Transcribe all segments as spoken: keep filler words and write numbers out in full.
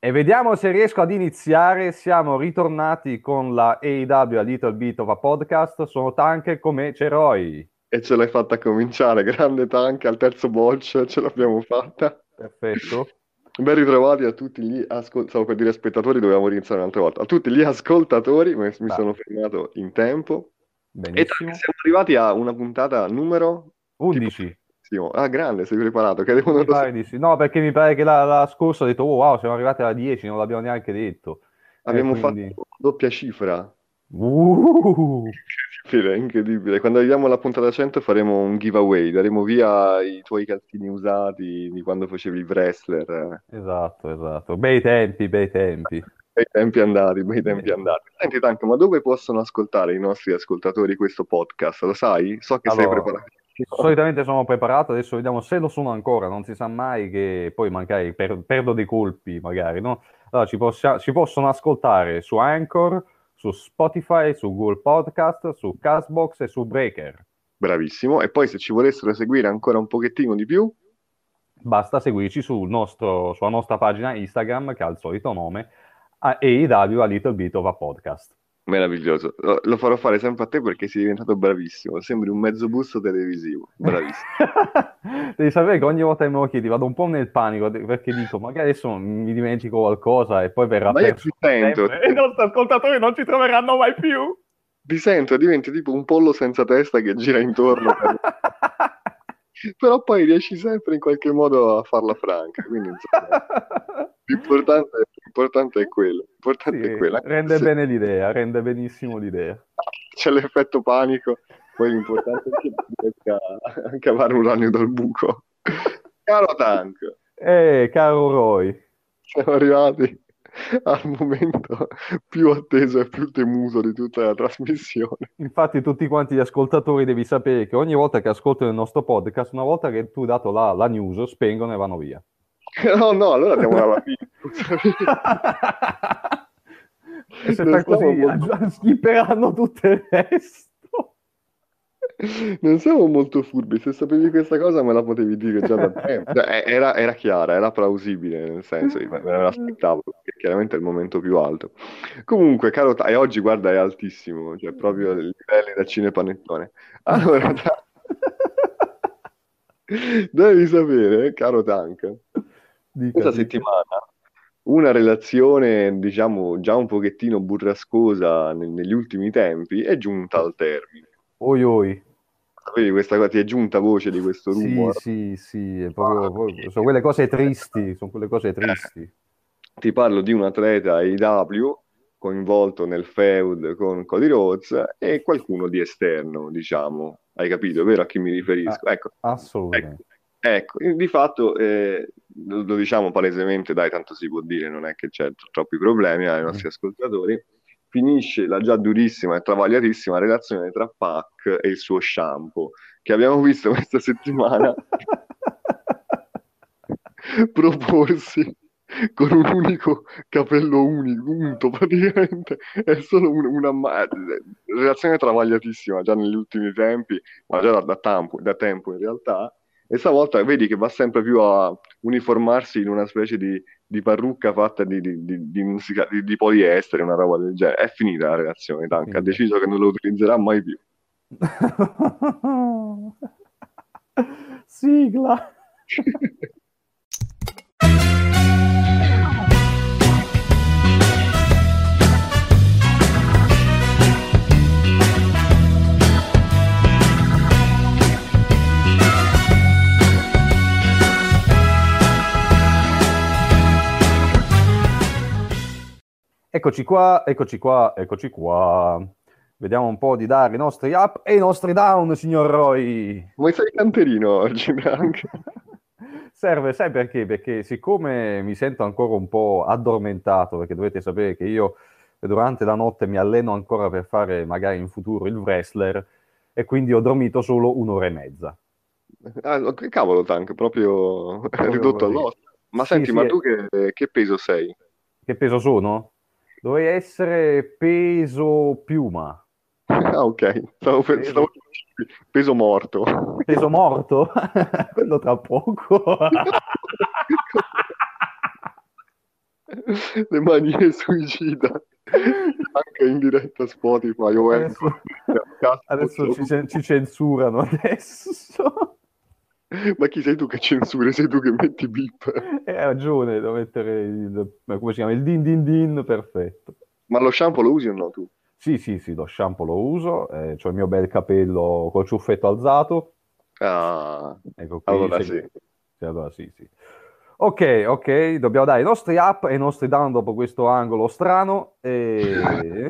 E vediamo se riesco ad iniziare. Siamo ritornati con la A E W, a Little Bit of a Podcast. Sono Tank, come c'è Roy. E ce l'hai fatta cominciare, grande Tank, al terzo botch, ce l'abbiamo fatta. Perfetto. Ben ritrovati a tutti gli ascoltatori, stavo per dire spettatori, dovevamo iniziare un'altra volta. A tutti gli ascoltatori, mi mi Dai, sono fermato in tempo. E Tank, benissimo. siamo arrivati a una puntata numero tipo... undici. Ah, grande, sei preparato, che devo non Mi lo so. pare di sì. No, perché mi pare che la, la scorsa ho detto, oh, wow, siamo arrivati alla dieci, non l'abbiamo neanche detto. E Abbiamo fatto quindi... doppia cifra. Uh, Incredibile, incredibile. Quando arriviamo alla puntata cento faremo un giveaway, daremo via i tuoi calzini usati di quando facevi il wrestler. esatto, esatto. Bei tempi, bei tempi. Bei tempi andati, bei tempi Bei- andati. Senti, Tanto, ma dove possono ascoltare i nostri ascoltatori questo podcast? Lo sai? So che sei Allora, preparato. solitamente sono preparato, adesso vediamo se lo sono ancora, non si sa mai che poi magari per- perdo dei colpi, magari, no? Allora, ci, possia- ci possono ascoltare su Anchor, su Spotify, su Google Podcast, su Castbox e su Breaker. Bravissimo. E poi se ci volessero seguire ancora un pochettino di più, Basta seguirci sul nostro- sulla nostra pagina Instagram, che ha il solito nome, a A E W, a Little Bit of a Podcast. meraviglioso. Lo, lo farò fare sempre a te perché sei diventato bravissimo. Sembri un mezzo busto televisivo. Bravissimo. Devi sapere che ogni volta che me lo chiedi vado un po' nel panico de- perché dico magari adesso mi dimentico qualcosa e poi verrà Ma io perso ti per sento, sempre e i nostri ascoltatori non ci troveranno mai più. ti sento, diventi tipo un pollo senza testa che gira intorno per... Però poi riesci sempre in qualche modo a farla franca, quindi insomma, l'importante, l'importante è quello, l'importante è Sì, quello. Anche rende se bene l'idea, rende benissimo l'idea. c'è l'effetto panico, poi l'importante è che riesca a cavare un ragno dal buco. Caro Tank, Eh, caro Roy, siamo arrivati al momento più atteso e più temuto di tutta la trasmissione. infatti tutti quanti gli ascoltatori devi sapere che ogni volta che ascoltano il nostro podcast, una volta che tu hai dato la, la news, spengono e vanno via. No, no, allora andiamo alla fine. E se Non fai siamo così, molto... skipperanno tutto il resto. Non siamo molto furbi, se sapevi questa cosa me la potevi dire già da tempo. Cioè, eh, Era, era chiara, era plausibile, nel senso, io me me l'aspettavo, perché chiaramente è il momento più alto. Comunque, caro Ta- e oggi guarda è altissimo, cioè proprio i livelli da cinepanettone. Allora, Ta- devi sapere, caro Tank, Dica, questa dica. settimana una relazione, diciamo, già un pochettino burrascosa nel- negli ultimi tempi è giunta al termine. Oi oi. Sapevi questa cosa? Ti è giunta voce di questo Sì, rumore? sì, sì, è proprio, proprio- sono quelle cose tristi, sono quelle cose tristi. Ti parlo di un atleta A E W coinvolto nel feud con Cody Rhodes e qualcuno di esterno, diciamo. Hai capito, vero a chi mi Ah, riferisco? Ecco, ecco, assolutamente. ecco. Di fatto eh, lo, lo diciamo palesemente, dai, tanto si può dire, non è che c'è troppi problemi ai Mm. nostri ascoltatori. Finisce la già durissima e travagliatissima relazione tra Pac e il suo shampoo, che abbiamo visto questa settimana proporsi con un unico capello unico, unto praticamente, è solo un- una ma- relazione travagliatissima già negli ultimi tempi, ma già da, da tempo, da tempo in realtà, e stavolta vedi che va sempre più a uniformarsi in una specie di, di parrucca fatta di, di, di, di musica- di- di poliestere, una roba del genere. È finita la relazione, È Tank, ha finita. deciso che non lo utilizzerà mai più. Sigla. Eccoci qua, eccoci qua, eccoci qua. Vediamo un po' di dare i nostri up e i nostri down, signor Roy. Come sei canterino oggi, Tank? Serve, sai perché? Perché siccome mi sento ancora un po' addormentato, perché dovete sapere che io durante la notte mi alleno ancora per fare magari in futuro il wrestler e quindi ho dormito solo un'ora e mezza. Ah, che cavolo, Tank, proprio Proprio ridotto così. all'osso. Ma Sì, senti, sì, ma tu eh, che, che peso sei? che peso sono? Dovrei essere peso piuma. Ah, ok, stavo, pe- stavo Peso, peso morto. peso morto? Quello tra poco. Le manie suicida. Anche in diretta Spotify o Adesso, Anchor. adesso ci, cen- ci censurano adesso. Ma chi sei tu che censuri? Sei tu che metti bip? Hai ragione, devo mettere il, come si chiama? Il din din din, perfetto. Ma lo shampoo lo usi o no tu? Sì, sì, sì, lo shampoo lo uso, eh, c'ho il mio bel capello col ciuffetto alzato. Ah, Ecco qui, allora se- sì. sì, allora sì, sì. Ok, ok, dobbiamo dare i nostri up e i nostri down dopo questo angolo strano. E...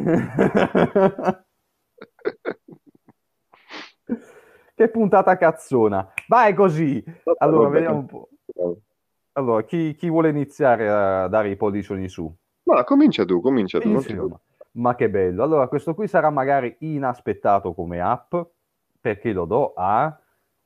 Che puntata cazzona. Vai così. Vabbè, Allora, vabbè, vediamo un po'. Allora, chi, chi vuole iniziare a dare i pollicioni su? ma comincia tu, comincia tu, non ti Benissimo, preoccupare. ma, ma che bello. Allora, questo qui sarà magari inaspettato come app, perché lo do a...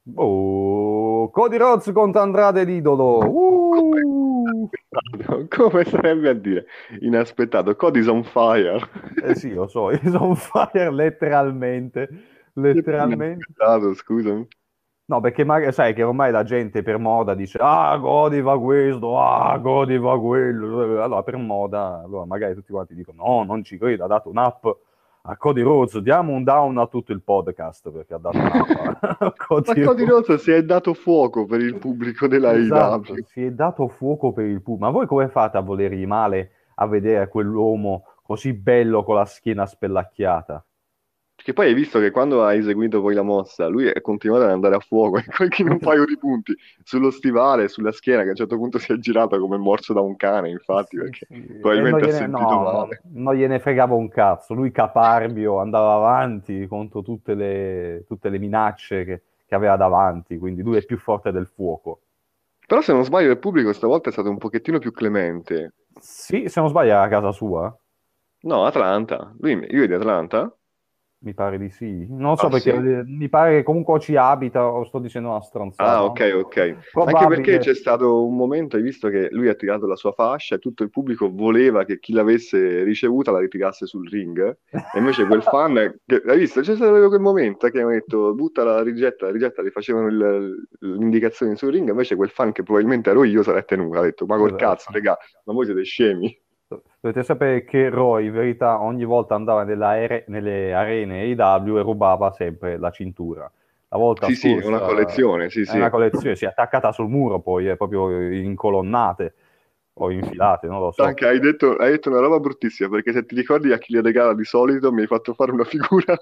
Oh, Cody Rhodes contro Andrade l'idolo. Uh! Come come sarebbe a dire? Inaspettato. Cody's on fire. Eh sì, lo so, is on fire letteralmente, Che letteralmente. inaspettato, scusami. No, perché magari sai che ormai la gente per moda dice ah, Godi va questo, ah, Godi va quello. Allora, per moda, allora magari tutti quanti dicono no, non ci credo, ha dato un'app a Cody Rhodes, diamo un down a tutto il podcast perché ha dato un'app a Ma Cody Cody Rhodes. Rhodes si è dato fuoco per il pubblico della Esatto, A E W. si è dato fuoco per il pubblico. Ma voi come fate a volergli male a vedere quell'uomo così bello con la schiena spellacchiata? Che poi hai visto che quando ha eseguito poi la mossa, lui è continuato ad andare a fuoco anche in un paio di punti sullo stivale, sulla schiena, che a un certo punto si è girato come morso da un cane, infatti, Sì, perché sì. E non probabilmente ha gliene, sentito no, no, male. non gliene fregava un cazzo. Lui caparbio andava avanti contro tutte le, tutte le minacce che, che aveva davanti, quindi lui è più forte del fuoco. Però se non sbaglio il pubblico stavolta è stato un pochettino più clemente. Sì, se non sbaglio era a casa sua, No, Atlanta. Lui, io di Atlanta? mi pare di sì. Non so Ah perché sì? eh, mi pare che comunque ci abita o sto dicendo una Ah, stronzata, ok, no? ok. Anche perché c'è Probabile. stato un momento, hai visto che lui ha tirato la sua fascia e tutto il pubblico voleva che chi l'avesse ricevuta la ritirasse sul ring. E invece quel fan, che, hai visto, c'è stato quel momento che hanno detto butta la rigetta, la rigetta, gli facevano il- l'indicazione sul ring, invece quel fan che probabilmente ero io se l'è tenuta, ha detto ma col cazzo, Esatto. regà, ma voi siete scemi. Dovete sapere che Roy, in verità, ogni volta andava nelle, aere- nelle arene A E W e rubava sempre la cintura. La volta Sì, sì, è una scorsa collezione, sì, è sì. una collezione, si è attaccata sul muro, poi è proprio in colonnate o infilate, non lo so. Anche hai detto, hai detto una roba bruttissima, perché se ti ricordi a chi le regala di solito mi hai fatto fare una figura.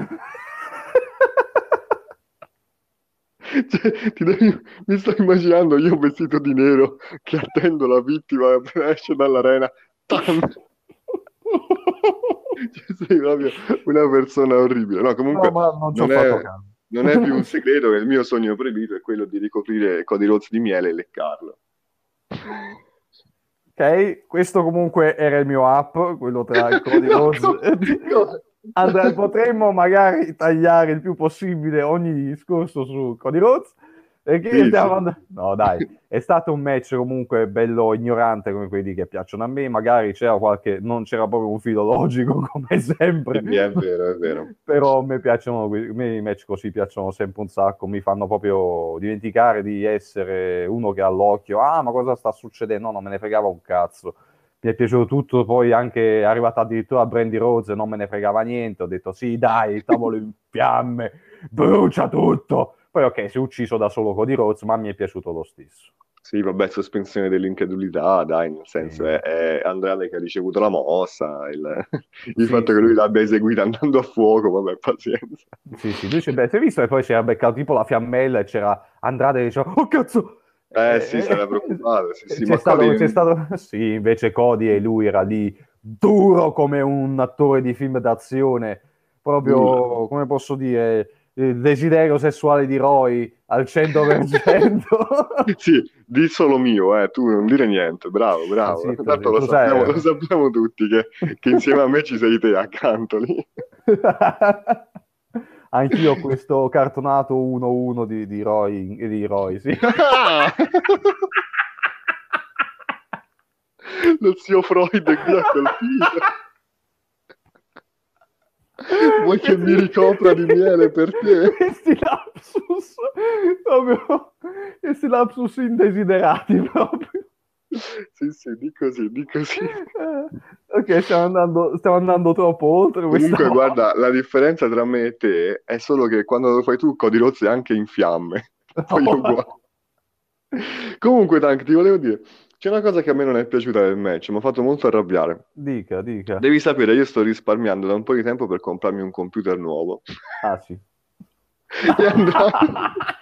Cioè, ti devi- mi sto immaginando io vestito di nero che attendo la vittima appena esce dall'arena. Tan! Cioè, sei proprio una persona orribile. No, No, comunque ma non ci ho non fatto è, caso. non è più un segreto che il mio sogno proibito è quello di ricoprire Cody Rhodes di miele e leccarlo. Ok, questo comunque era il mio up, quello tra Cody No, Rhodes come? e... Come? Andrà, potremmo magari tagliare il più possibile ogni discorso su Cody Rhodes, perché Sì, sì. stiamo and- No, dai, è stato un match comunque bello ignorante come quelli che piacciono a me, magari c'era qualche... non c'era proprio un filo logico come sempre, Sì, è vero, è vero. però a me piacciono, que- a me i match così piacciono sempre un sacco, mi fanno proprio dimenticare di essere uno che ha l'occhio, ah, ma cosa sta succedendo? No, non me ne fregava un cazzo. Mi è piaciuto tutto, poi anche è arrivato addirittura a Brandy Rhodes, non me ne fregava niente, ho detto sì, dai, il tavolo in fiamme, brucia tutto. Poi ok, si è ucciso da solo Cody Rhodes, ma mi è piaciuto lo stesso. Sì, vabbè, sospensione dell'incredulità, dai, nel senso Sì, è, è Andrade che ha ricevuto la mossa, il, il sì, fatto che lui sì, l'abbia eseguita andando a fuoco, vabbè, pazienza. sì, sì. Lui si è, si è visto e poi si era beccato tipo la fiammella e c'era Andrade che diceva, oh cazzo! Eh sì, Eh, sarà preoccupato, sì, eh, sì, c'è ma Cody... stato, c'è stato, sì, invece Cody e lui era lì duro come un attore di film d'azione, Nulla. proprio, come posso dire, il desiderio sessuale di Roy al cento per cento. Sì, di solo mio, eh, tu non dire niente, bravo, bravo. Zitto, Tanto zitto. lo Tu sappiamo, lo sai... sappiamo tutti che, che insieme a me ci sei te accanto lì. Anch'io ho questo cartonato uno uno di, di Roy, di Roy, sì. Lo zio Freud qui ha colpito. Vuoi che mi Questi, ricopra di miele per te? questi lapsus, proprio, questi lapsus indesiderati proprio. Sì, sì, di così, di così. Eh, ok, stiamo andando, stiamo andando troppo oltre questa Comunque, volta. guarda, la differenza tra me e te è solo che quando lo fai tu, Cody Rhodes è anche in fiamme. Poi è uguale. Comunque, Tank, ti volevo dire, c'è una cosa che a me non è piaciuta del match, mi ha fatto molto arrabbiare. Dica, dica. Devi sapere, io sto risparmiando da un po' di tempo per comprarmi un computer nuovo. Ah, sì. E Android,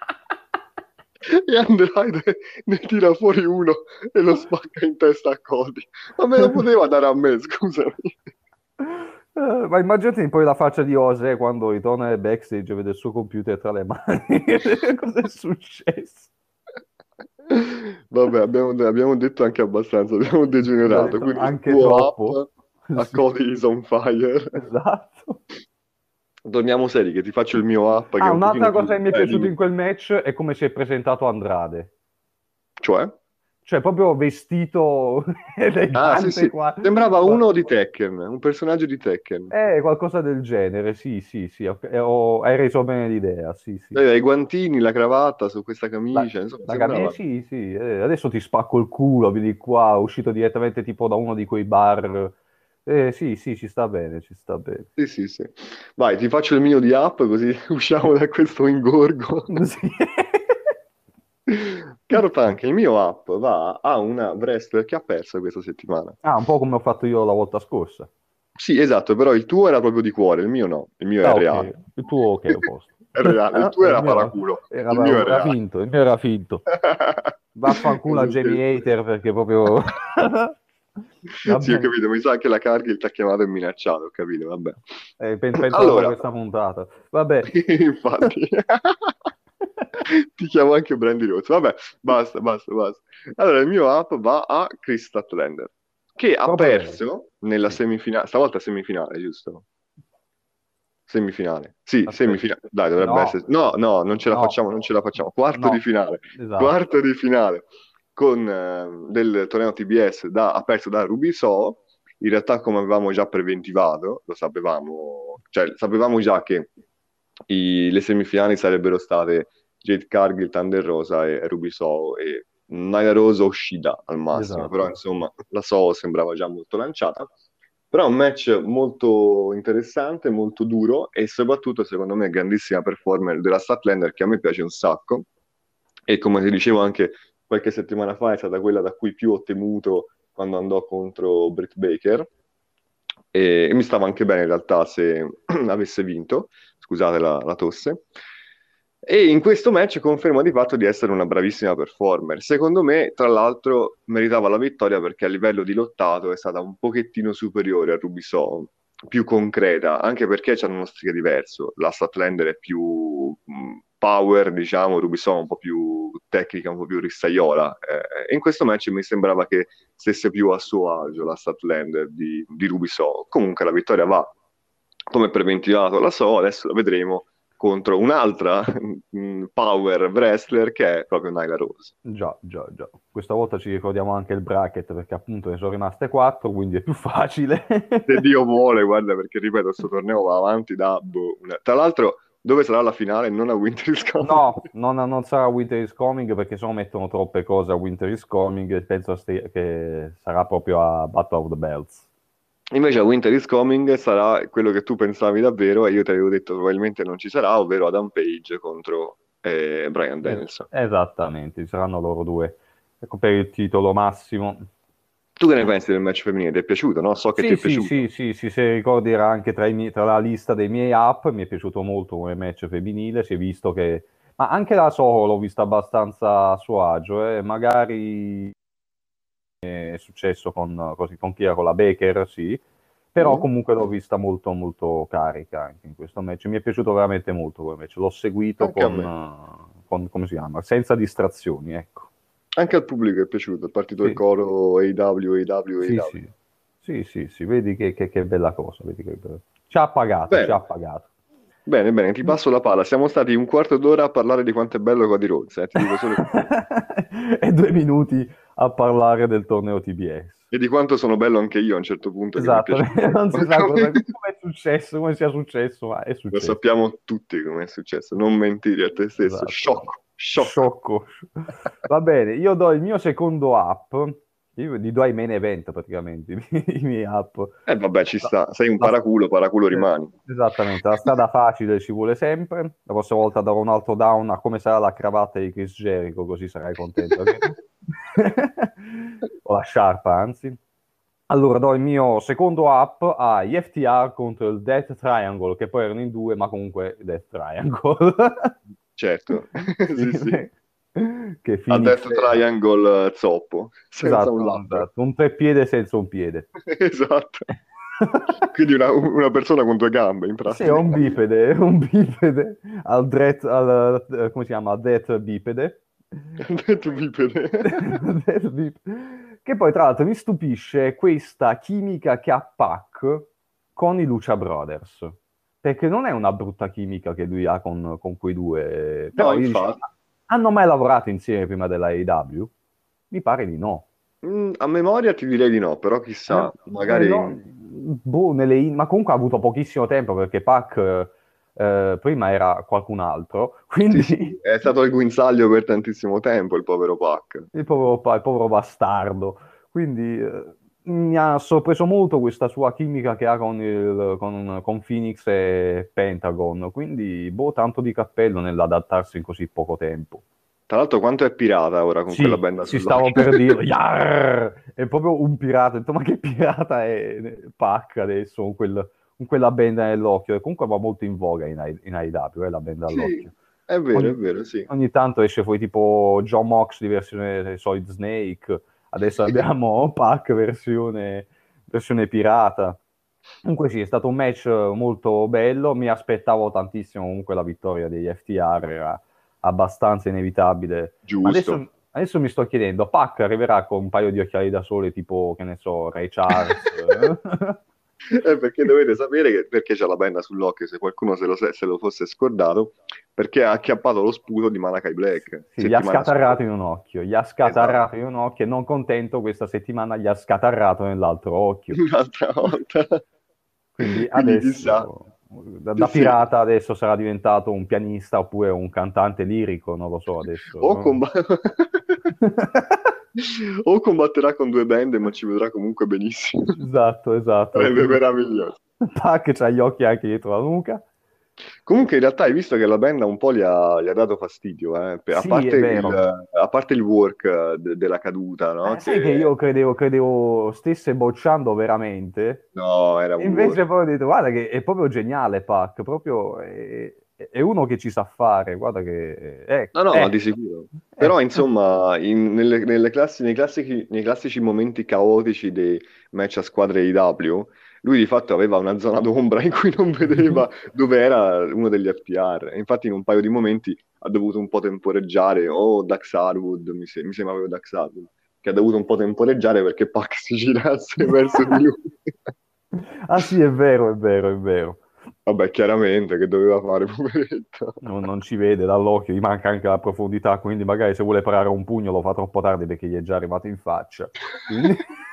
e Android ne tira fuori uno e lo spacca in testa a Cody. Ma me lo poteva dare a me, scusami. Eh, ma immaginati poi la faccia di José quando ritorna nel backstage e vede il suo computer tra le mani. Cosa è successo? Vabbè, abbiamo, abbiamo detto anche abbastanza, abbiamo Abbiamo degenerato, detto quindi il anche tuo troppo. up a Sì, Cody is on fire. esatto. Torniamo seri, che ti faccio il mio up che è Ah, un pochino un'altra più... cosa che mi è Eh, piaciuto dimmi. in quel match è come si è presentato Andrade. Cioè? Cioè, proprio vestito Ah, sì, elegante sì, qua. sembrava Qua- uno di Tekken, un personaggio di Tekken. Eh, qualcosa del genere, sì, sì, sì. Ho- eh, ho- hai reso bene l'idea, sì, sì. Aveva i guantini, la cravatta su questa La, camicia, insomma, la camicia, sembrava... sì, sì, eh, adesso ti spacco il culo, vedi qua, uscito direttamente tipo da uno di quei bar. Eh, sì, sì, ci sta bene, ci sta bene. Sì, sì, sì. Vai, ti faccio il mio di up così usciamo da questo ingorgo. Sì. Caro Tank, il mio up va a una wrestler che ha perso questa settimana. Ah, un po' come ho fatto io la volta scorsa. Sì, esatto, però il tuo era proprio di cuore, il mio no, il mio è Ah, ok, reale. il tuo ok, a posto. È reale, il tuo Il era mio era, paraculo, era, il mio è era reale. finto, il mio era finto. È Vaffanculo a uno Jamie scherzo. Hater perché proprio... Va Sì, ho bene, capito, mi sa che la Cargill ti ha chiamato e minacciato, ho capito, vabbè. eh, pen- pensavo per Allora, questa puntata. Vabbè. infatti, ti chiamo anche Brandy Rhodes. Vabbè, basta, basta, basta. Allora, il mio up va a Chris Statlander, che ha Proprio lei. perso nella Sì, semifinale, stavolta semifinale, giusto? Semifinale. Sì, aspetta. semifinale. Dai, dovrebbe No, essere... No, no, non ce la no, facciamo, non ce la facciamo. Quarto di no. finale. Esatto. Quarto di finale con eh, del torneo T B S da, aperto da Ruby So. In realtà, come avevamo già preventivato, lo sapevamo, cioè sapevamo già che i- le semifinali sarebbero state Jade Cargill, Thunder Rosa e Ruby So e Nyla Rose o Shida al massimo, però Esatto. insomma la So sembrava già molto lanciata. Però è un match molto interessante, molto duro e soprattutto secondo me grandissima performance della Statlander che a me piace un sacco e come ti dicevo anche qualche settimana fa è stata quella da cui più ho temuto quando andò contro Britt Baker e, e mi stava anche bene in realtà se avesse vinto, scusate la, la tosse. E in questo match conferma di fatto di essere una bravissima performer. Secondo me, tra l'altro, meritava la vittoria perché a livello di lottato è stata un pochettino superiore a Ruby Soho, più concreta, anche perché c'hanno uno stile diverso. La Statlander è più mh, power, diciamo, Ruby Soho è un po' più tecnica, un po' più rissaiola. Eh, e in questo match mi sembrava che stesse più a suo agio la Statlander di, di Ruby Soho. Comunque la vittoria va come preventivato la so, adesso la vedremo contro un'altra mh, power wrestler che è proprio Nyla Rose. Già, già, già. Questa volta ci ricordiamo anche il bracket perché appunto ne sono rimaste quattro, quindi è più facile. Se Dio vuole, guarda, perché ripeto, questo torneo va avanti da... boh, una- Tra l'altro, dove sarà la finale? Non a Winter is Coming. No, non, non sarà Winter is Coming perché se no mettono troppe cose a Winter is Coming e penso ste- che sarà proprio a Battle of the Belts. Invece a Winter is Coming sarà quello che tu pensavi davvero e io ti avevo detto probabilmente non ci sarà, ovvero Adam Page contro eh, Bryan Es- Danielson. Esattamente, ci saranno loro due. Ecco per il titolo massimo. Tu che ne pensi del match femminile? Ti è piaciuto, no? So che ti Sì, è sì, piaciuto. sì, sì, sì, se ricordi era anche tra, i miei- tra la lista dei miei up, mi è piaciuto molto come match femminile, si è visto che... Ma anche la Soho l'ho vista abbastanza a suo agio, eh. Magari è successo con, così, con chi era, con la Baker, sì, però Mm? comunque l'ho vista molto, molto carica anche in questo match, mi è piaciuto veramente molto quel match, l'ho seguito Anche a con, me. eh, con, come si chiama, senza distrazioni, ecco. Anche al pubblico è piaciuto, è partito il Sì, coro A E W, A E W, sì, A E W. sì, sì, sì, sì, vedi che, che, che bella cosa, vedi che bella- ci ha pagato, ci ha Bene, pagato. bene, bene, ti passo la palla. Siamo stati un quarto d'ora a parlare di quanto è bello Cody Rhodes, eh, ti dico solo questo. E due minuti a parlare del torneo T B S. E di quanto sono bello anche io a un certo punto che mi è Esatto, piaciuto. non si sa cosa, come è successo, come sia successo, ma è Lo successo. sappiamo tutti come è successo, non mentire a te stesso. Esatto. Sciocco, sciocco. Sciocco. Va bene, io do il mio secondo up Io li do ai main event praticamente, i miei app. Eh vabbè, ci La- sta. Sei un la- paraculo, paraculo eh, rimani. Esattamente, la strada facile ci vuole sempre. La prossima volta darò un altro down a come sarà la cravatta di Chris Jericho, così sarai contento anche tu. O la sciarpa, anzi. Allora, do il mio secondo app agli F T R contro il Death Triangle, che poi erano in due, ma comunque Death Triangle. Certo, Sì, sì, sì. che A Phoenix Death era. Triangle eh, zoppo, senza un Esatto, labbro. esatto, un treppiede senza un piede. Esatto. Quindi una, una persona con due gambe, in Sì, è pratica. un bipede, è un bipede al dread, al, eh, come si chiama? Death bipede. Ha detto bipede. Death bipede. Che poi, tra l'altro, mi stupisce questa chimica che ha Pac con i Lucha Brothers. Perché non è una brutta chimica che lui ha con, con quei due. No, Però io dicevo, infatti. hanno mai lavorato insieme prima della A E W? Mi pare di no. Mm, a memoria ti direi di no, però Eh, chissà, eh, magari... no, boh, nelle in- ma comunque ha avuto pochissimo tempo perché Pac eh, eh, prima era qualcun altro, Sì, quindi sì, è stato il guinzaglio per tantissimo tempo, il povero Pac. il povero, pa- il povero bastardo. Quindi eh, mi ha sorpreso molto questa sua chimica che ha con, il- con, con Phoenix e Pentagon, quindi boh, tanto di cappello nell'adattarsi in così poco tempo. Tra l'altro quanto è pirata ora con quella Sì, benda ci stavo sull'occhio. per dire, Yarr! È proprio un pirata. Ho detto, ma che pirata è Pac adesso con, quel- con quella benda nell'occhio? E comunque va molto in voga in, I- in A E W, eh, la benda Sì, all'occhio. è vero, è Ogni, vero, sì. ogni tanto esce fuori tipo John Moxley versione Solid Snake, adesso abbiamo Pac versione, versione pirata. Comunque sì, è stato un match molto bello, mi aspettavo tantissimo comunque la vittoria degli F T R, era abbastanza inevitabile. Ma Giusto. adesso, adesso mi sto chiedendo, Pac arriverà con un paio di occhiali da sole tipo, che ne so, Ray Charles? eh? Eh, perché dovete sapere che perché c'ha la penna sull'occhio, se qualcuno se lo, se se lo fosse scordato, perché ha acchiappato lo sputo di Malakai Black Sì, gli ha settimana scatarrato scorsa. in un occhio, gli ha Esatto, scatarrato in un occhio e non contento questa settimana gli ha scatarrato nell'altro occhio. un'altra volta. Quindi Quindi chissà, adesso, da, sì, da sì. pirata adesso sarà diventato un pianista oppure un cantante lirico, non lo so O, adesso. comba- o combatterà con due bende, ma ci vedrà comunque benissimo. Esatto, esatto. Sarebbe meraviglioso. Pac c'ha gli occhi anche dietro la nuca. Comunque in realtà hai visto che la band un po' gli ha, gli ha dato fastidio, eh? Per- A Sì, è parte il, vero. a parte il work eh, de- della caduta, no? Eh, sai che Che io credevo, credevo stesse bocciando veramente? no, era E un invece work. poi ho detto, guarda che è proprio geniale Pac, proprio è, è uno che ci sa fare, guarda che... Eh, No, no, ma di eh, sicuro. Però, eh. insomma, in- nelle, nelle classi- nei classici, nei classici momenti caotici dei match a squadre A E W, lui di fatto aveva una zona d'ombra in cui non vedeva dove era uno degli F T R. E infatti in un paio di momenti ha dovuto un po' temporeggiare, o Dax Harwood, mi, se- mi sembra proprio Dax Harwood, che ha dovuto un po' temporeggiare perché Pac si girasse verso di lui. Ah sì, è vero, è vero, è vero. Vabbè, chiaramente, che doveva fare, poveretto. Non, non ci vede dall'occhio, gli manca anche la profondità, quindi magari se vuole parare un pugno lo fa troppo tardi perché gli è già arrivato in faccia. Quindi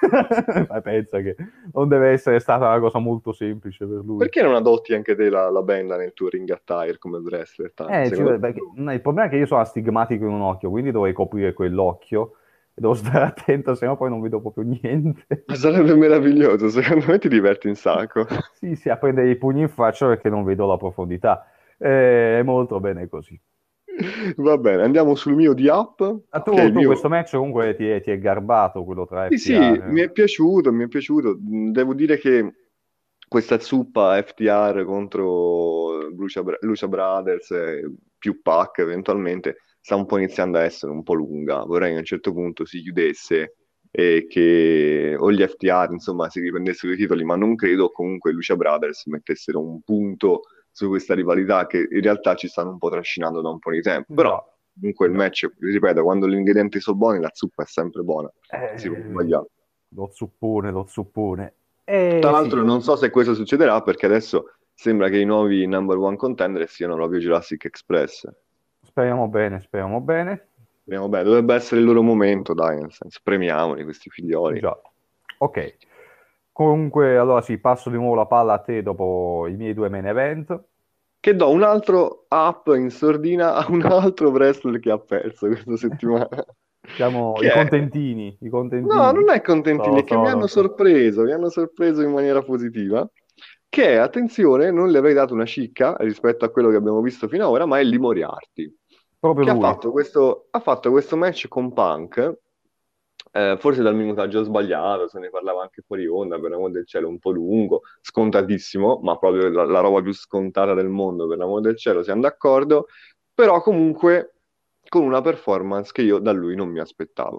ma pensa che non deve essere stata una cosa molto semplice per lui. Perché non adotti anche te la, la benda nel tuo ring attire come wrestler? Tana? Eh, ci- Secondo perché- me no, il problema è che io sono astigmatico in un occhio, quindi dovrei coprire quell'occhio e devo stare attento, se no poi non vedo proprio niente. ma sarebbe meraviglioso, secondo me ti diverti un sacco. Sì, sì, a prendere i pugni in faccia perché non vedo la profondità. Eh, è molto bene così. Va bene, andiamo sul mio di app, Ah, che è tu, il tu questo mio... match comunque ti è, ti è garbato, quello tra Sì, sì, F T R. mi è piaciuto, mi è piaciuto. Mm, Devo dire che questa zuppa F T R contro Lucia, Bra- Lucia Brothers, eh, più Pac eventualmente, sta un po' iniziando a essere un po' lunga. Vorrei che a un certo punto si chiudesse e che o gli F T R, insomma, si riprendessero i titoli, ma non credo comunque Lucia Brothers mettessero un punto su questa rivalità che in realtà ci stanno un po' trascinando da un po' di tempo. Però Già, comunque il già. match, ripeto, quando gli ingredienti sono buoni, la zuppa è sempre buona. Si può Eh, sbagliare. lo zuppone, lo zuppone. Eh Tra sì, l'altro non so se questo succederà perché adesso sembra che i nuovi number one contender siano proprio Jurassic Express. speriamo bene, speriamo bene. Speriamo bene, dovrebbe essere il loro momento, dai, nel senso, premiamoli questi figlioli. Già. Ok. Comunque, allora sì, passo di nuovo la palla a te dopo i miei due main event. Che do un altro up in sordina a un altro wrestler che ha perso questa settimana. Siamo Che i è? contentini, i No, contentini. non è contentini, Lo è che so, mi hanno lo so. sorpreso, mi hanno sorpreso in maniera positiva. Che è, attenzione, non le avrei dato una cicca rispetto a quello che abbiamo visto fino ad ora, ma è Lee Moriarty, Proprio che ha lui. fatto questo, ha fatto questo match con Punk, eh, forse dal minutaggio sbagliato, se ne parlava anche fuori onda, per l'amor del cielo, un po' lungo, scontatissimo, ma proprio la, la roba più scontata del mondo, per l'amor del cielo, siamo d'accordo, però comunque con una performance che io da lui non mi aspettavo.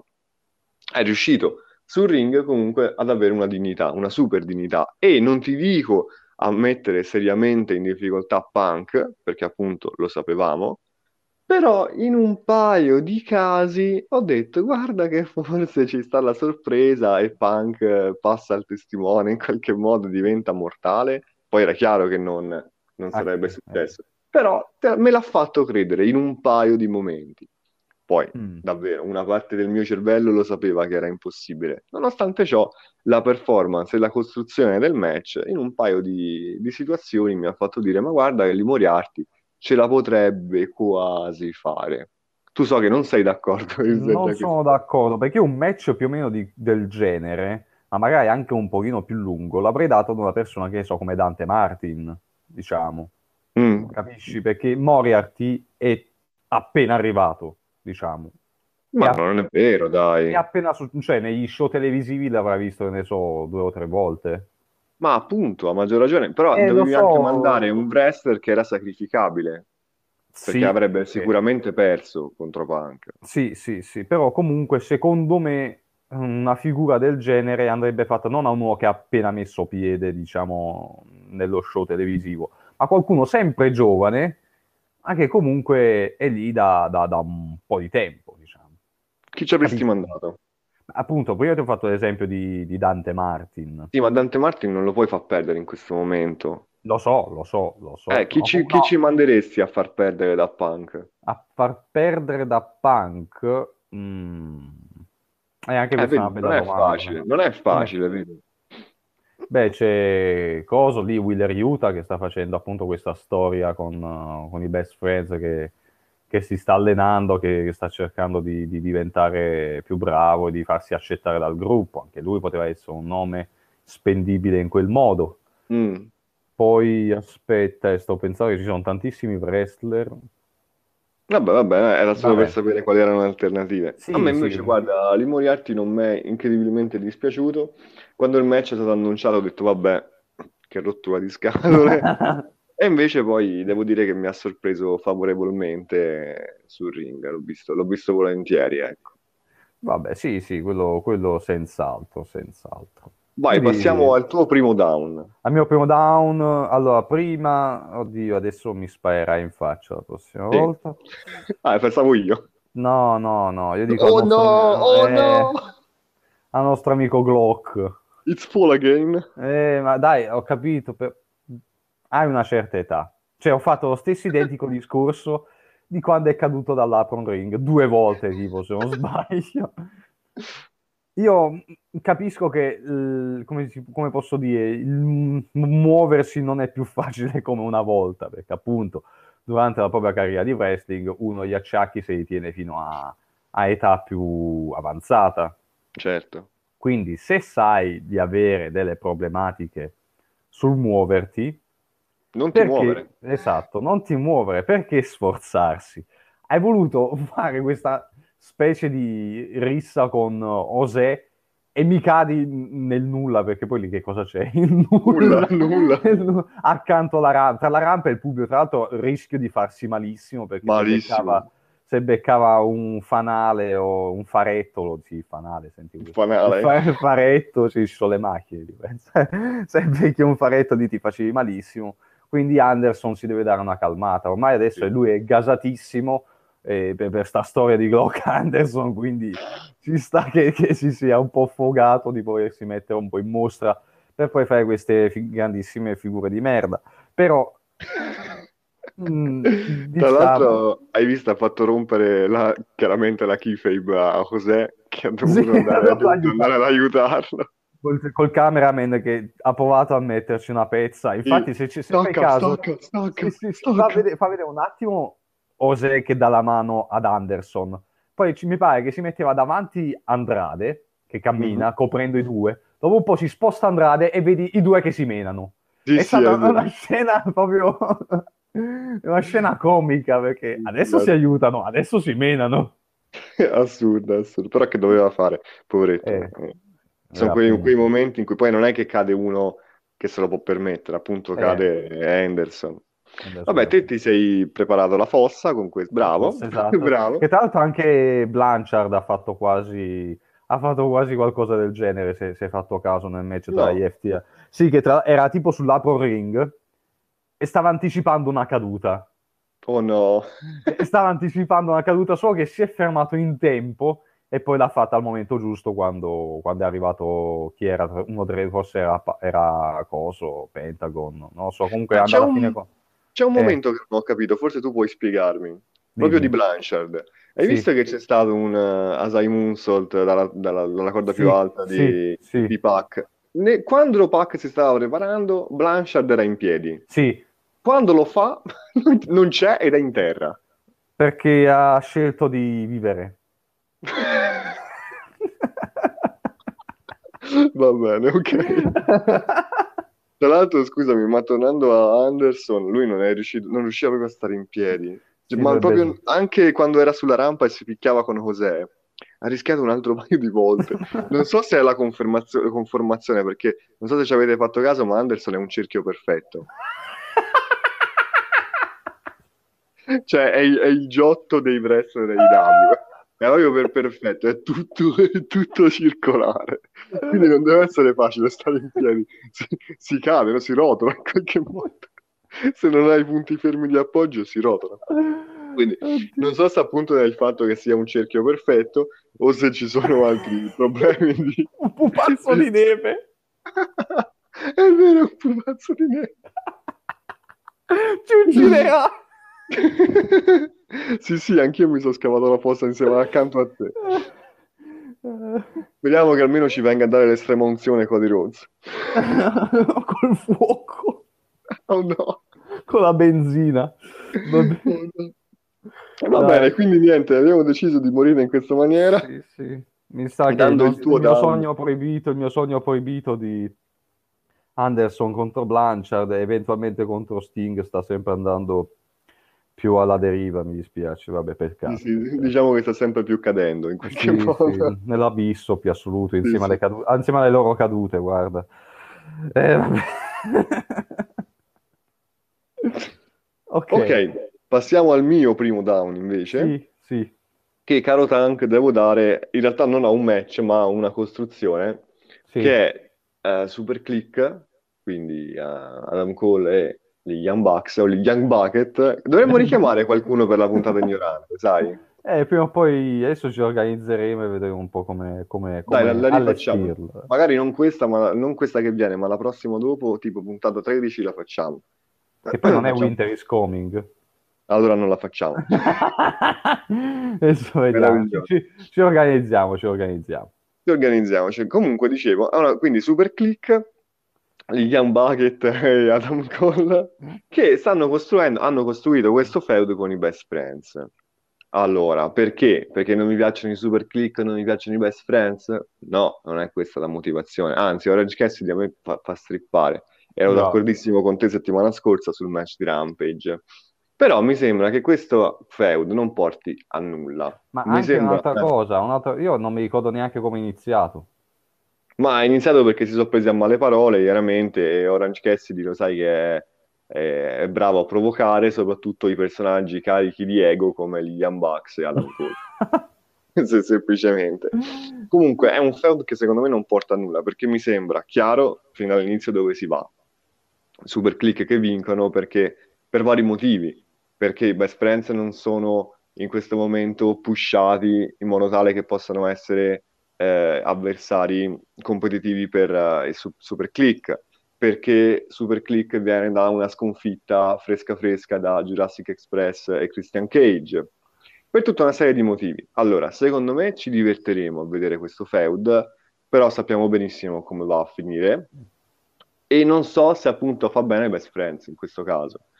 È riuscito sul ring comunque ad avere una dignità, una super dignità, e non ti dico a mettere seriamente in difficoltà Punk, perché appunto lo sapevamo, però in un paio di casi ho detto, guarda che forse ci sta la sorpresa e Punk eh, passa al testimone, in qualche modo diventa mortale. Poi era chiaro che non, non Ah, sarebbe eh. successo, però te- me l'ha fatto credere in un paio di momenti. Poi, Mm. davvero, una parte del mio cervello lo sapeva che era impossibile. Nonostante ciò, la performance e la costruzione del match in un paio di, di situazioni mi ha fatto dire, ma guarda che Lee Moriarty ce la potrebbe quasi fare. Tu so che non sei d'accordo, io so Non già che sono sei. d'accordo, perché un match più o meno di- del genere, ma magari anche un pochino più lungo, l'avrei dato ad una persona che so come Dante Martin, diciamo. Mm. Capisci? Perché Moriarty è appena arrivato, diciamo. È, Ma a- non è vero, è dai. appena su- cioè negli show televisivi l'avrà visto, che ne so, due o tre volte. Ma appunto, a maggior ragione, però Eh, lo dovevi anche mandare so, un wrestler che era sacrificabile, perché sì, avrebbe perché sicuramente perso contro Punk. sì, sì, sì, però comunque secondo me una figura del genere andrebbe fatta non a un uomo che ha appena messo piede, diciamo, nello show televisivo, ma qualcuno sempre giovane, ma che comunque è lì da, da- da un po' di tempo, diciamo. Chi ci avresti Capisci? mandato? Appunto, prima ti ho fatto l'esempio di, di Dante Martin. Sì, ma Dante Martin non lo puoi far perdere in questo momento. Lo so, lo so, lo Eh, so. chi No, ci, chi ci no, manderesti a far perdere da Punk? a far perdere da Punk, mm, e anche Eh, questa è una vedi, non bella è domanda. facile, non è Non è facile, vedi? Beh, c'è Coso lì, Willer Utah, che sta facendo appunto questa storia con, uh, con i best friends che, che si sta allenando, che, che sta cercando di, di diventare più bravo e di farsi accettare dal gruppo. Anche lui poteva essere un nome spendibile in quel modo. Mm. Poi aspetta, eh, sto pensando che ci sono tantissimi wrestler. Vabbè, vabbè, era solo per Vabbè, sapere quali erano le alternative. A me sì, sì. invece, guarda, Lee Moriarty non mi è incredibilmente dispiaciuto. Quando il match è stato annunciato ho detto, vabbè, che rottura di scatole. E invece poi devo dire che mi ha sorpreso favorevolmente sul ring, l'ho visto, l'ho visto volentieri, ecco. Vabbè, sì, sì, quello, quello senz'altro, senz'altro. Vai, passiamo Quindi al tuo primo down. al mio primo down, allora prima, oddio, adesso mi sparerai in faccia la prossima Sì. volta. Ah, pensavo io. No, no, no, io dico al Oh nostro, no, oh eh, no, al nostro amico Glock. it's full again. Eh, ma dai, ho capito, per- hai una certa età. Cioè, ho fatto lo stesso identico discorso di quando è caduto dall'apron ring, due volte, tipo, se non sbaglio. Io mm, capisco che, eh, come, si- come posso dire, il m- muoversi non è più facile come una volta, perché appunto durante la propria carriera di wrestling uno gli acciacchi se li tiene fino a, a età più avanzata. Certo, Quindi se sai di avere delle problematiche sul muoverti, non ti perché, muovere. esatto, non ti muovere, perché sforzarsi? Hai voluto fare questa specie di rissa con José e mi cadi nel nulla, perché poi lì che cosa c'è? Il Nulla, nulla, nulla. il nu- accanto alla rampa, tra la rampa e il pubblico, tra l'altro rischio di farsi malissimo perché se beccava, Malissimo. se beccava un fanale o un faretto, lo, sì, fanale, senti, Il il, fanale. fa- il faretto, ci sono le macchine, lì, pensa. Se becchi un faretto lì ti facevi malissimo. Quindi Anderson si deve dare una calmata. Ormai adesso Sì. lui è gasatissimo eh, per, per sta storia di Glock Anderson, quindi ci sta che, che si sia un po' fogato di volersi mettere un po' in mostra per poi fare queste fi- grandissime figure di merda. Però, mh, Tra diciamo, l'altro, hai visto, ha fatto rompere la- chiaramente la keyfabe a José, che ha sì, dovuto andare, ha lo dovuto aiuta andare ad aiutarlo. col, col cameraman che ha provato a metterci una pezza. Sì. Infatti, se, ci- se fai Stacca, caso, stacca, sì, stacca, sì, sì, fa stacca. vedere, fa vedere un attimo Ose che dà la mano ad Anderson, poi ci- mi pare che si metteva davanti Andrade, che Mhm. cammina, coprendo i due, dopo un po' si sposta Andrade e vedi i due che si menano. Sì, È sì, stata è vero. una scena proprio... una scena comica, perché Sì, sì, adesso si aiutano, adesso si menano. assurdo, assurdo. Però che doveva fare, poveretto. Eh, Eh. Sono eh, quei, quei appunto. momenti in cui poi non è che cade uno che se lo può permettere, appunto Eh, cade Henderson. adesso Vabbè, è te ti sei preparato la fossa con questo, la bravo, fossa, esatto. bravo. Che tra l'altro anche Blanchard ha fatto quasi, ha fatto quasi qualcosa del genere, se, se hai fatto caso nel match tra gli No, F T R. Sì, che tra- era tipo sull'apro ring e stava anticipando una caduta. oh no. E stava anticipando una caduta, solo che si è fermato in tempo e poi l'ha fatta al momento giusto quando, quando è arrivato chi era, uno dei forse era, era Coso, Pentagon, non lo so, comunque è Ma c'è andato alla fine un, con... c'è un Eh, momento che non ho capito, forse tu puoi spiegarmi, proprio di dimmi. Blanchard. Hai Sì, visto che c'è stato un uh, Asai Moonsault dalla, dalla- dalla corda più sì, alta sì, di, sì, di Pac? Ne- quando Pac si stava preparando, Blanchard era in piedi. sì, Quando lo fa, non non c'è ed è in terra. perché ha scelto di vivere. Va bene, ok. Tra l'altro, scusami, ma tornando a Anderson, lui non è riuscito, non riusciva proprio a stare in piedi. Cioè, Sì, ma lui è proprio beso. anche quando era sulla rampa e si picchiava con José, ha rischiato un altro paio di volte. Non so se è la confermazio- conformazione, perché non so se ci avete fatto caso, ma Anderson è un cerchio perfetto. Cioè, è, il è il Giotto dei wrestler A E W. È proprio per perfetto, è tutto, è tutto circolare. Quindi non deve essere facile stare in piedi. Si, si cade, no? Si rotola in qualche modo. Se non hai i punti fermi di appoggio, si rotola. Quindi Oddio. non so se appunto è il fatto che sia un cerchio perfetto o se ci sono altri problemi di... Un pupazzo di neve. È vero, è un pupazzo di neve. Ci ucciderà. Sì, sì, anch'io mi sono scavato la fossa insieme accanto a te. Speriamo che almeno ci venga a dare l'estrema unzione Cody Rhodes. Col fuoco, Oh no. con la benzina. Vabbè. Oh no. Va bene, Dai. quindi niente, abbiamo deciso di morire in questa maniera, Sì, sì. Mi sa che il, dando nos- il il tuo mio down. sogno proibito, il mio sogno proibito di Anderson contro Blanchard e eventualmente contro Sting sta sempre andando più alla deriva, mi dispiace. Vabbè, Sì, peccato, sì, peccato. diciamo che sta sempre più cadendo in qualche Sì, sì, modo. nell'abisso più assoluto, Sì, insieme alle, sì. cadu- insieme alle loro cadute, guarda. Eh, vabbè. Ok, Ok, passiamo al mio primo down invece, sì, sì, che caro Tank devo dare in realtà non a un match ma a una costruzione sì. che è eh, Super Click, quindi a Adam Cole e gli Young Bucks o gli Young Bucket. Dovremmo richiamare qualcuno per la puntata ignorante, sai? Eh, prima o poi adesso ci organizzeremo e vedremo un po' come, come, Dai, la, come la rifacciamo. allestirlo. Magari non questa, ma non questa che viene, ma la prossima dopo, tipo puntata tredici, la facciamo. Che poi non è Facciamo. Winter is Coming. Allora non la facciamo. Adesso vediamo, ci, Meraviglioso. ci- ci organizziamo, ci organizziamo. Ci organizziamoci. Comunque, dicevo, allora, quindi Super Click, gli Young Bucket e Adam Cole, che stanno costruendo, hanno costruito questo feud con i Best Friends. Allora, perché? Perché non mi piacciono i Super Click, non mi piacciono i Best Friends? No, non è questa la motivazione. Anzi, Orange Cassidy a me fa, fa strippare. Ero No. d'accordissimo con te settimana scorsa sul match di Rampage. Però mi sembra che questo feud non porti a nulla. Ma Mi anche sembra... un'altra cosa, un'altra- io non mi ricordo neanche come è iniziato. Ma è iniziato perché si sono presi a male parole, chiaramente, e Orange Cassidy lo sai che è, è- è bravo a provocare, soprattutto i personaggi carichi di ego come gli Young Bucks e Adam Cole, Se- semplicemente. Comunque è un feud che secondo me non porta a nulla, perché mi sembra chiaro fin dall'inizio dove si va. Super click che vincono perché, per vari motivi, perché i Best Friends non sono in questo momento pushati in modo tale che possano essere eh, avversari competitivi per eh, il su- Super Click, perché Super Click viene da una sconfitta fresca fresca da Jurassic Express e Christian Cage, per tutta una serie di motivi. Allora, secondo me ci divertiremo a vedere questo feud, però sappiamo benissimo come va a finire e non so se appunto fa bene ai Best Friends in questo caso.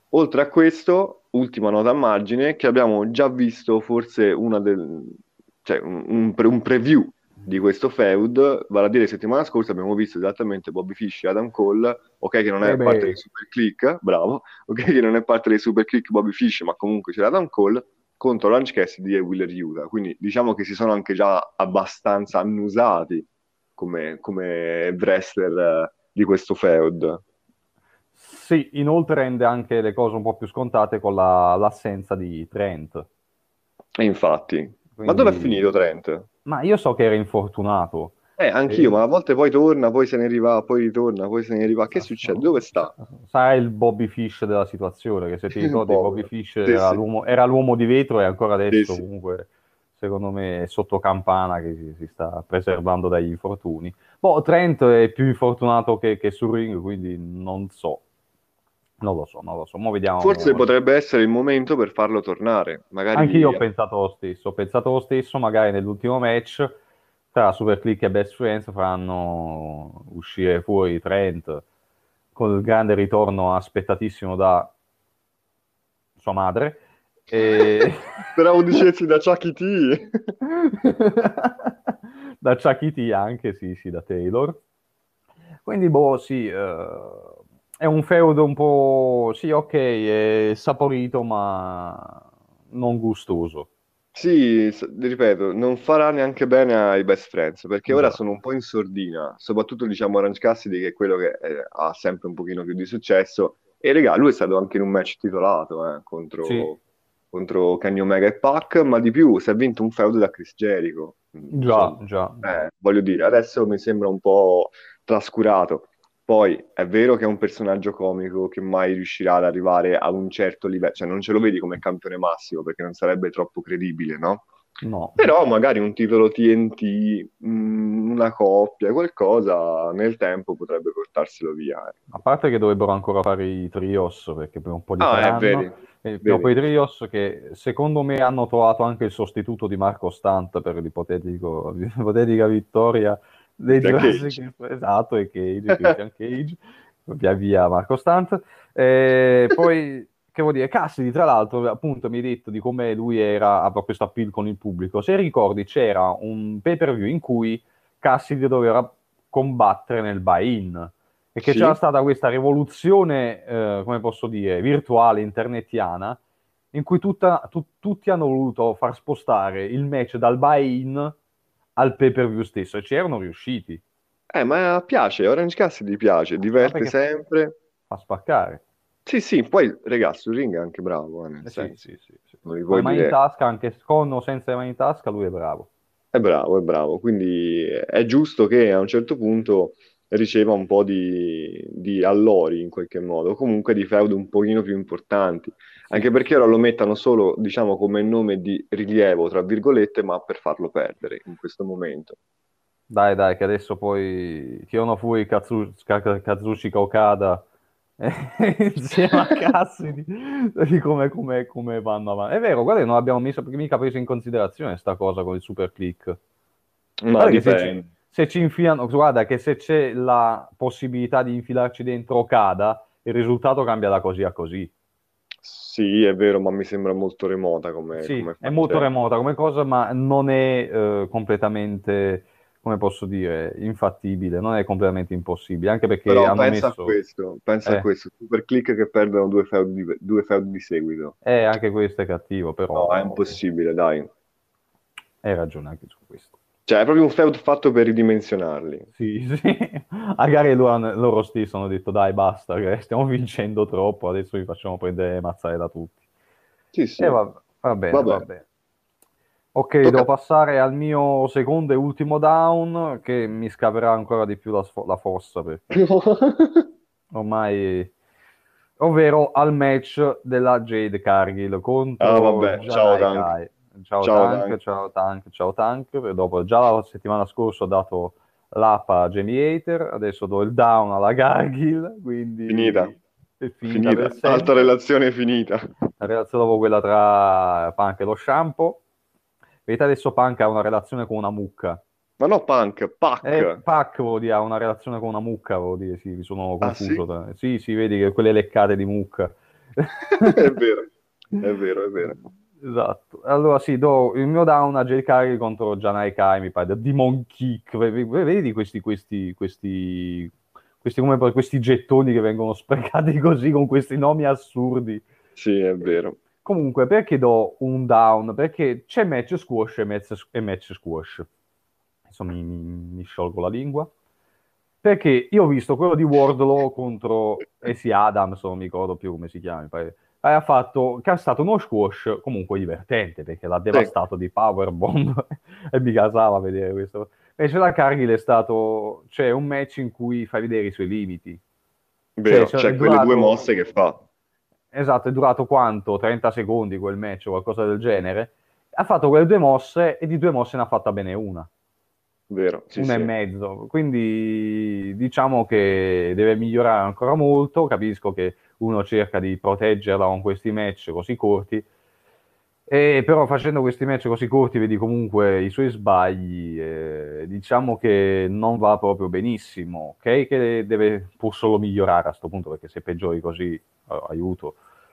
Oltre a questo, ultima nota a margine, che abbiamo già visto forse una del, cioè un, un pre- un preview di questo feud, vale a dire settimana scorsa abbiamo visto esattamente Bobby Fish e Adam Cole, ok che non Eh è parte dei beh, Super Click, bravo, ok che non è parte dei Super Click Bobby Fish, ma comunque c'era Adam Cole contro Orange Cassidy e Wheeler Yuta, quindi diciamo che si sono anche già abbastanza annusati come, come wrestler eh, di questo feud. sì, inoltre rende anche le cose un po' più scontate con la- l'assenza di Trent. E infatti, ma dove è Quindi, finito Trent? ma io so che era infortunato. Eh, anch'io, E- ma a volte poi torna, poi se ne riva, poi ritorna, poi se ne riva. Che sa- succede? Dove sa- sta? Sarà il Bobby Fish della situazione, che se ti ricordi Bobby Povero. Fish Sì, era sì, l'uomo era l'uomo di vetro e ancora sì, adesso sì. comunque secondo me è sotto campana che si, si sta preservando dagli infortuni. Boh, Trent è più infortunato che, che sul ring, quindi non so, non lo so, non lo so. Mo Forse vediamo. potrebbe essere il momento per farlo tornare. Anche io Magari ho pensato lo stesso, ho pensato lo stesso, magari nell'ultimo match tra Super Click e Best Friends faranno uscire fuori Trent con il grande ritorno aspettatissimo da sua madre. E... speravo dicessi da Chucky T. da Chucky T anche, sì, sì, da Taylor. Quindi, boh, sì, eh, è un feudo un po', sì, ok, è saporito, ma non gustoso. Sì, s- ripeto, non farà neanche bene ai best friends perché ora Già, sono un po' in sordina, soprattutto diciamo Orange Cassidy che è quello che eh, ha sempre un pochino più di successo e regà, lui è stato anche in un match titolato eh, sì, contro, contro Kenny Omega e Pac, ma di più si è vinto un feudo da Chris Jericho. Mm, già, insomma, già. eh, voglio dire, adesso mi sembra un po' trascurato. Poi è vero che è un personaggio comico che mai riuscirà ad arrivare a un certo livello, cioè non ce lo vedi come campione massimo perché non sarebbe troppo credibile, no? No, Però magari un titolo T N T, mh, una coppia, qualcosa nel tempo potrebbe portarselo via. a Ecco. parte che dovrebbero ancora fare i trios, perché prima un po' li Ah, è faranno, vedi, e prima o poi vedi. i trios che secondo me hanno trovato anche il sostituto di Marco Stunt per l'ipotetico- l'ipotetica vittoria dei Christian Jurassic Cage. Express, esatto, e Cage, Christian Cage, via via Marco Stunt. E poi, che vuol dire, Cassidy, tra l'altro, appunto, mi hai detto di come lui era, aveva questo appeal con il pubblico. Se ricordi, c'era un pay-per-view in cui Cassidy doveva combattere nel buy-in e che c'era Sì? stata questa rivoluzione, eh, come posso dire, virtuale, internetiana, in cui tutta- tu- tutti hanno voluto far spostare il match dal buy-in al pay-per-view stesso e ci erano riusciti. Eh, ma piace, Orange Cassidy piace, Ma diverte perché sempre. fa spaccare. Sì, sì, poi, ragazzi, sul ring è anche bravo, eh, nel Eh sì, senso. sì, sì, sì. Non gli Con le puoi mani in dire. tasca, anche con o senza le mani in tasca, lui è bravo. È bravo, è bravo, quindi è giusto che a un certo punto riceva un po' di, di allori in qualche modo, comunque di feud un pochino più importanti, anche Sì, perché sì. ora lo mettano solo, diciamo, come nome di rilievo, tra virgolette, ma per farlo perdere in questo momento. Dai, dai, che adesso poi tirano fuori Kazu- Ka- Kazuchika Okada eh, insieme a Cassidy di come, come- come vanno avanti. È vero, guarda, che non abbiamo messo, mica preso in considerazione sta cosa con il super click. Ma Guarda che se ci, dipende. se ci infilano, guarda che se c'è la possibilità di infilarci dentro Okada, il risultato cambia da così a così. Sì, è vero, ma mi sembra molto remota come, Sì, come è molto faccenda. remota come cosa, ma non è eh, completamente, come posso dire, infattibile, non è completamente impossibile, anche perché Però hanno pensa a messo, questo, pensa a eh, questo, super click che perdono due feud di, due feud di seguito. eh, anche questo è cattivo, No, è però impossibile, dai. hai ragione anche su questo. Cioè, è proprio un feud fatto per ridimensionarli. Sì, sì, magari loro, loro stessi hanno detto dai basta, che stiamo vincendo troppo, adesso vi facciamo prendere mazzare da tutti. Sì, E sì. va, va bene, va Vabbè, bene. Ok, tocca devo a te. passare al mio secondo e ultimo down, che mi scaverà ancora di più la, sfo- la fossa, perché ormai, ovvero al match della Jade Cargill Ah, contro vabbè, ciao Janai Tank. Kai. Ciao Ciao Tank, Tank. ciao Tank, ciao Tank. E dopo, già la settimana scorsa ho dato l'up a Jamie Hater, adesso do il down alla Gargill, Finita. quindi è finita per Finita. Alta sempre. relazione finita. La relazione dopo quella tra Punk e lo shampoo. In verità adesso Punk ha una relazione con una mucca. Ma no, Punk, Pac. Eh, Pac, volevo dire, ha una relazione con una mucca, volevo dire, sì, mi sono Ah, sì? confuso. tra- Sì, sì, vedi che quelle leccate di mucca. È vero, è vero, è vero. Esatto. Allora sì, do il mio down a Jay Cargill contro Janai Kai, mi pare, Demon Kick. Vedi vedi questi, questi, questi, questi, come, questi gettoni che vengono sprecati così con questi nomi assurdi. Sì, è vero. Comunque, perché do un down? Perché c'è match squash e match, e match squash. Adesso mi, mi- mi sciolgo la lingua. Perché io ho visto quello di Wardlow contro Essie Adams, non mi ricordo più come si chiama, mi pare. E ha fatto, che è stato uno squash comunque divertente, perché l'ha Sì, devastato di powerbomb e mi casava a vedere questo. Invece la Cargill è stato, cioè, un match in cui fai vedere i suoi limiti. Cioè, vero, è c'è quelle due durato. mosse che fa. Esatto, è durato quanto? trenta secondi quel match o qualcosa del genere. Ha fatto quelle due mosse e di due mosse ne ha fatta bene una, Vero, sì, una e sì. mezzo. Quindi diciamo che deve migliorare ancora molto. Capisco che uno cerca di proteggerla con questi match così corti, e però facendo questi match così corti vedi comunque i suoi sbagli. Eh, diciamo che non va proprio benissimo, ok? Che deve pur solo migliorare a sto punto, perché se peggiori così, eh, aiuto.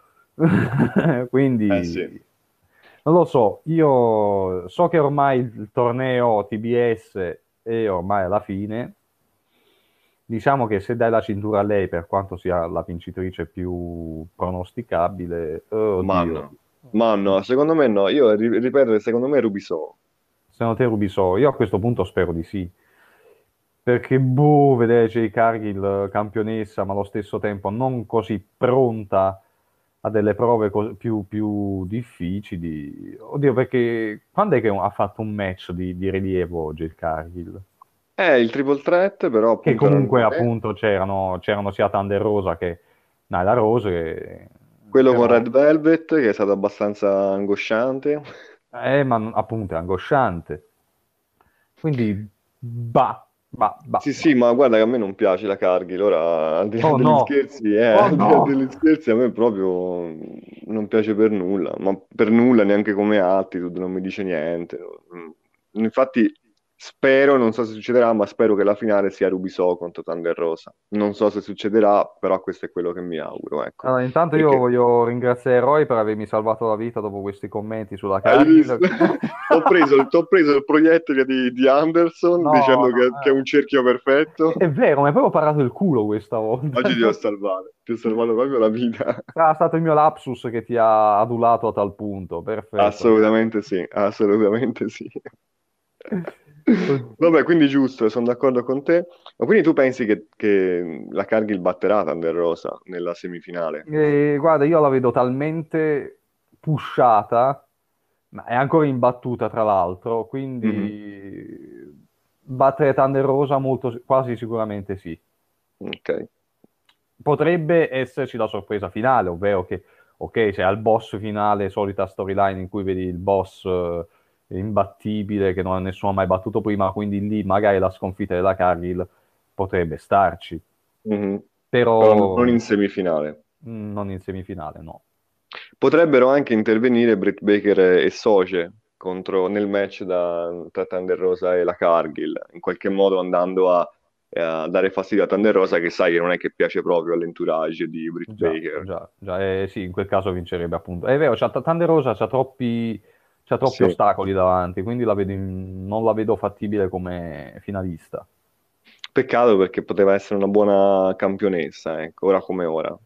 Eh sì. Quindi non lo so, io so che ormai il torneo T B S è ormai alla fine. Diciamo che se dai la cintura a lei, per quanto sia la vincitrice più pronosticabile, oh, Ma oddio. no, ma no, secondo me no. Io ri- ripeto che secondo me è Rubiso. Secondo te Rubiso? Io a questo punto spero di sì. Perché, boh, vedere Jay Cargill campionessa, ma allo stesso tempo non così pronta a delle prove cos- più, più difficili. Oddio, perché quando è che ha fatto un match di, di rilievo Jay Cargill? È il triple threat, però Che appunto non comunque non è appunto c'erano c'erano sia Thunder Rosa che Nyla Rose, che- quello con però Red Velvet, che è stato abbastanza angosciante. eh, ma non- appunto è angosciante. Quindi bah, bah, bah, Sì, sì, bah. ma guarda che a me non piace la Cargill, ora al di là Oh degli no, scherzi, eh, oh al di là no. degli scherzi a me proprio non piace per nulla, ma per nulla neanche come attitude, non mi dice niente. Mm. Infatti spero, non so se succederà, ma spero che la finale sia Rubiso contro Thunder Rosa. Non so se succederà, però questo è quello che mi auguro, ecco. Allora, intanto io Perché voglio ringraziare Roy per avermi salvato la vita dopo questi commenti sulla hai visto? Cargill. T'ho preso, il- t'ho preso il proiettile di, di Anderson No, dicendo no, che, che è un cerchio perfetto. eh. È vero, mi hai proprio parato il culo questa volta. Oggi ti ho salvato, ti ho salvato proprio la vita. Sarà stato il mio lapsus che ti ha adulato a tal punto. Perfetto. Assolutamente sì, assolutamente sì. Vabbè, quindi giusto, sono d'accordo con te. Ma quindi tu pensi che, che la Cargill batterà Thunder Rosa nella semifinale? E, guarda, io la vedo talmente pushata, ma è ancora imbattuta tra l'altro, Mhm. quindi battere Thunder Rosa molto, quasi sicuramente sì. Ok. Potrebbe esserci la sorpresa finale, ovvero che, ok, c'è al boss finale, solita storyline in cui vedi il boss eh, imbattibile che non, nessuno ha mai battuto prima, quindi lì magari la sconfitta della Cargill potrebbe starci, Mhm. Però non però in semifinale. mm, non in semifinale, no. Potrebbero anche intervenire Britt Baker e Soce contro, nel match da, tra Thunder Rosa e la Cargill, in qualche modo andando a, eh, a dare fastidio a Thunder Rosa, che sai che non è che piace proprio all'entourage di Britt Già, Baker. già, già, eh, sì, in quel caso vincerebbe appunto. È vero, c'ha, Thunder Rosa c'ha troppi, c'ha troppi Sì, ostacoli davanti, quindi la vedo in- non la vedo fattibile come finalista. peccato perché poteva essere una buona campionessa, ecco, ora come ora.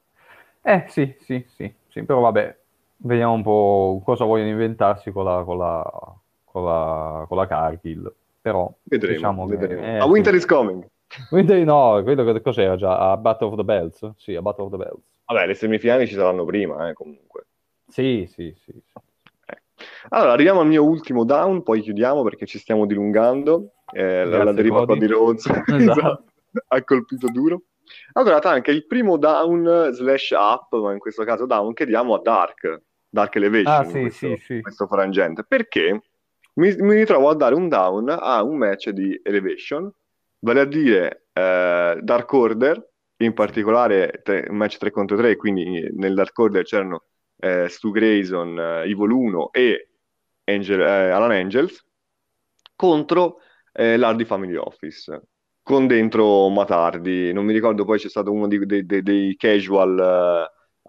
Eh sì, sì, sì, sì, però vabbè, vediamo un po' cosa vogliono inventarsi con la, con la, con la, con la Cargill. Però Vedremo, diciamo vedremo. che, A eh sì. Winter is coming. Quindi no, quello che cos'era già? A Battle of the Bells? Sì, a Battle of the Bells. Vabbè, le semifinali ci saranno prima, eh, comunque. Sì, sì, sì, sì. Eh. Allora, arriviamo al mio ultimo down, poi chiudiamo perché ci stiamo dilungando. Eh, la, la Grazie, deriva Cody. Cody Rhodes, Esatto. esatto, ha colpito duro. Allora, anche il primo down slash up, ma in questo caso down, che diamo a Dark, Dark Ah, Elevation in sì, sì, questo, sì. questo frangente, perché mi, mi ritrovo a dare un down a un match di Elevation, vale a dire eh, Dark Order, in Sì. particolare tre- un match tre contro tre, quindi nel Dark Order c'erano eh, Stu Grayson, eh, Evil uno e Angel- eh, Alan Angels contro eh, l'Hardy Family Office con dentro Matardi. Non mi ricordo, poi c'è stato uno di- dei dei- dei casual